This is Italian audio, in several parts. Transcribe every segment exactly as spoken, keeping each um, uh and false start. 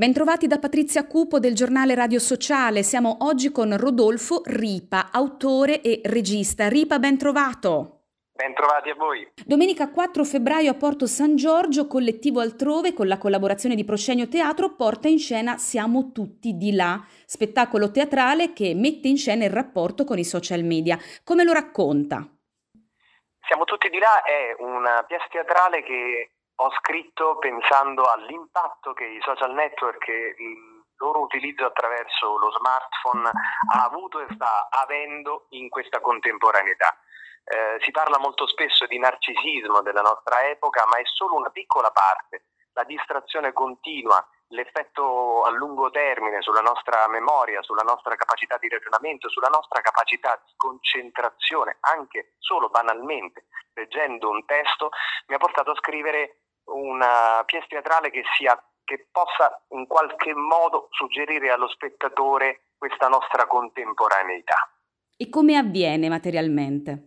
Bentrovati da Patrizia Cupo del giornale Radio Sociale. Siamo oggi con Rodolfo Ripa, autore e regista. Ripa, ben trovato. Bentrovati a voi. Domenica quattro febbraio a Porto San Giorgio, collettivo Altrove, con la collaborazione di Proscenio Teatro, porta in scena Siamo tutti di là, spettacolo teatrale che mette in scena il rapporto con i social media. Come lo racconta? Siamo tutti di là è una pièce teatrale che ho scritto pensando all'impatto che i social network e il loro utilizzo attraverso lo smartphone ha avuto e sta avendo in questa contemporaneità. Eh, si parla molto spesso di narcisismo della nostra epoca, ma è solo una piccola parte. La distrazione continua, l'effetto a lungo termine sulla nostra memoria, sulla nostra capacità di ragionamento, sulla nostra capacità di concentrazione, anche solo banalmente leggendo un testo, mi ha portato a scrivere una pièce teatrale che sia che possa in qualche modo suggerire allo spettatore questa nostra contemporaneità. E come avviene materialmente?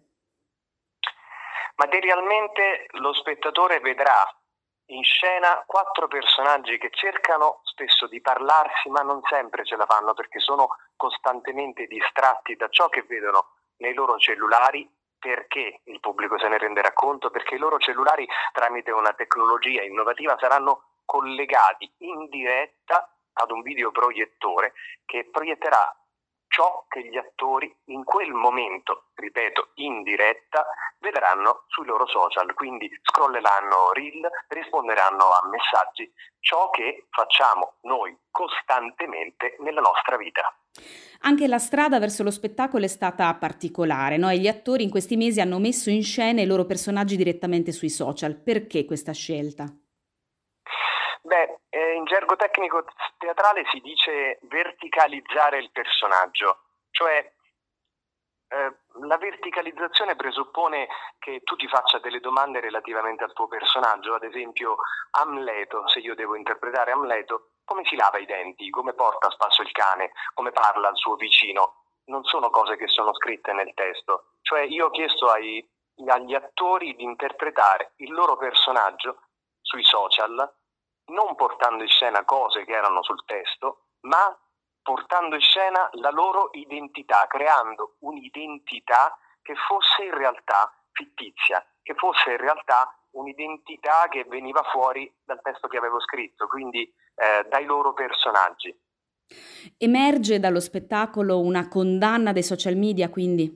Materialmente lo spettatore vedrà in scena quattro personaggi che cercano spesso di parlarsi, ma non sempre ce la fanno perché sono costantemente distratti da ciò che vedono nei loro cellulari. Perché il pubblico se ne renderà conto? Perché i loro cellulari, tramite una tecnologia innovativa, saranno collegati in diretta ad un videoproiettore che proietterà ciò che gli attori in quel momento, ripeto, in diretta, vedranno sui loro social. Quindi scrolleranno reel, risponderanno a messaggi, ciò che facciamo noi costantemente nella nostra vita. Anche la strada verso lo spettacolo è stata particolare, no? E gli attori in questi mesi hanno messo in scena i loro personaggi direttamente sui social. Perché questa scelta? Beh, eh, in gergo tecnico teatrale si dice verticalizzare il personaggio, cioè eh, la verticalizzazione presuppone che tu ti faccia delle domande relativamente al tuo personaggio. Ad esempio Amleto, se io devo interpretare Amleto, come si lava i denti, come porta a spasso il cane, come parla al suo vicino, non sono cose che sono scritte nel testo. Cioè io ho chiesto ai, agli attori di interpretare il loro personaggio sui social, non portando in scena cose che erano sul testo, ma portando in scena la loro identità, creando un'identità che fosse in realtà fittizia, che fosse in realtà un'identità che veniva fuori dal testo che avevo scritto, quindi eh, dai loro personaggi. Emerge dallo spettacolo una condanna dei social media, quindi?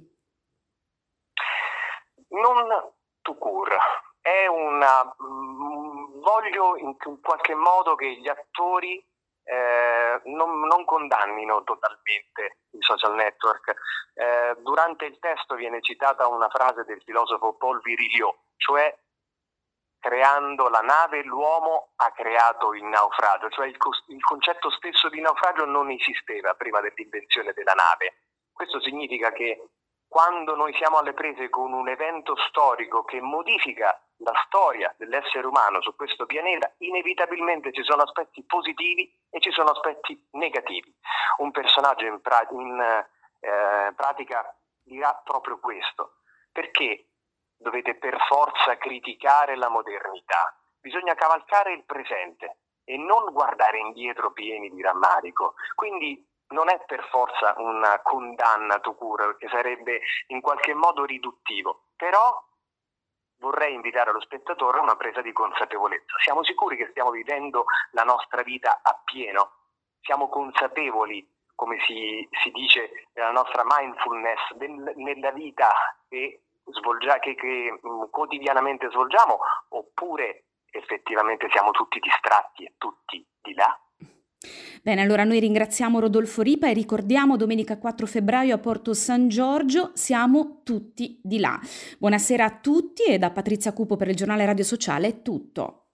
Non tout court. È una mh, voglio in, in qualche modo che gli attori eh, non, non condannino totalmente i social network. Eh, durante il testo viene citata una frase del filosofo Paul Virilio, cioè creando la nave l'uomo ha creato il naufragio, cioè il, co- il concetto stesso di naufragio non esisteva prima dell'invenzione della nave. Questo significa che quando noi siamo alle prese con un evento storico che modifica la storia dell'essere umano su questo pianeta, inevitabilmente ci sono aspetti positivi e ci sono aspetti negativi. Un personaggio in, pra- in eh, pratica dirà proprio questo. Perché dovete per forza criticare la modernità? Bisogna cavalcare il presente e non guardare indietro pieni di rammarico. Quindi non è per forza una condanna tout court, perché sarebbe in qualche modo riduttivo, però vorrei invitare lo spettatore a una presa di consapevolezza. Siamo sicuri che stiamo vivendo la nostra vita appieno? Siamo consapevoli, come si, si dice nella nostra mindfulness, del, nella vita che, svolgia, che, che mh, quotidianamente svolgiamo, oppure effettivamente siamo tutti distratti e tutti di là? Bene, allora noi ringraziamo Rodolfo Ripa e ricordiamo domenica quattro febbraio a Porto San Giorgio Siamo tutti di là. Buonasera a tutti e da Patrizia Cupo per il giornale Radio Sociale è tutto.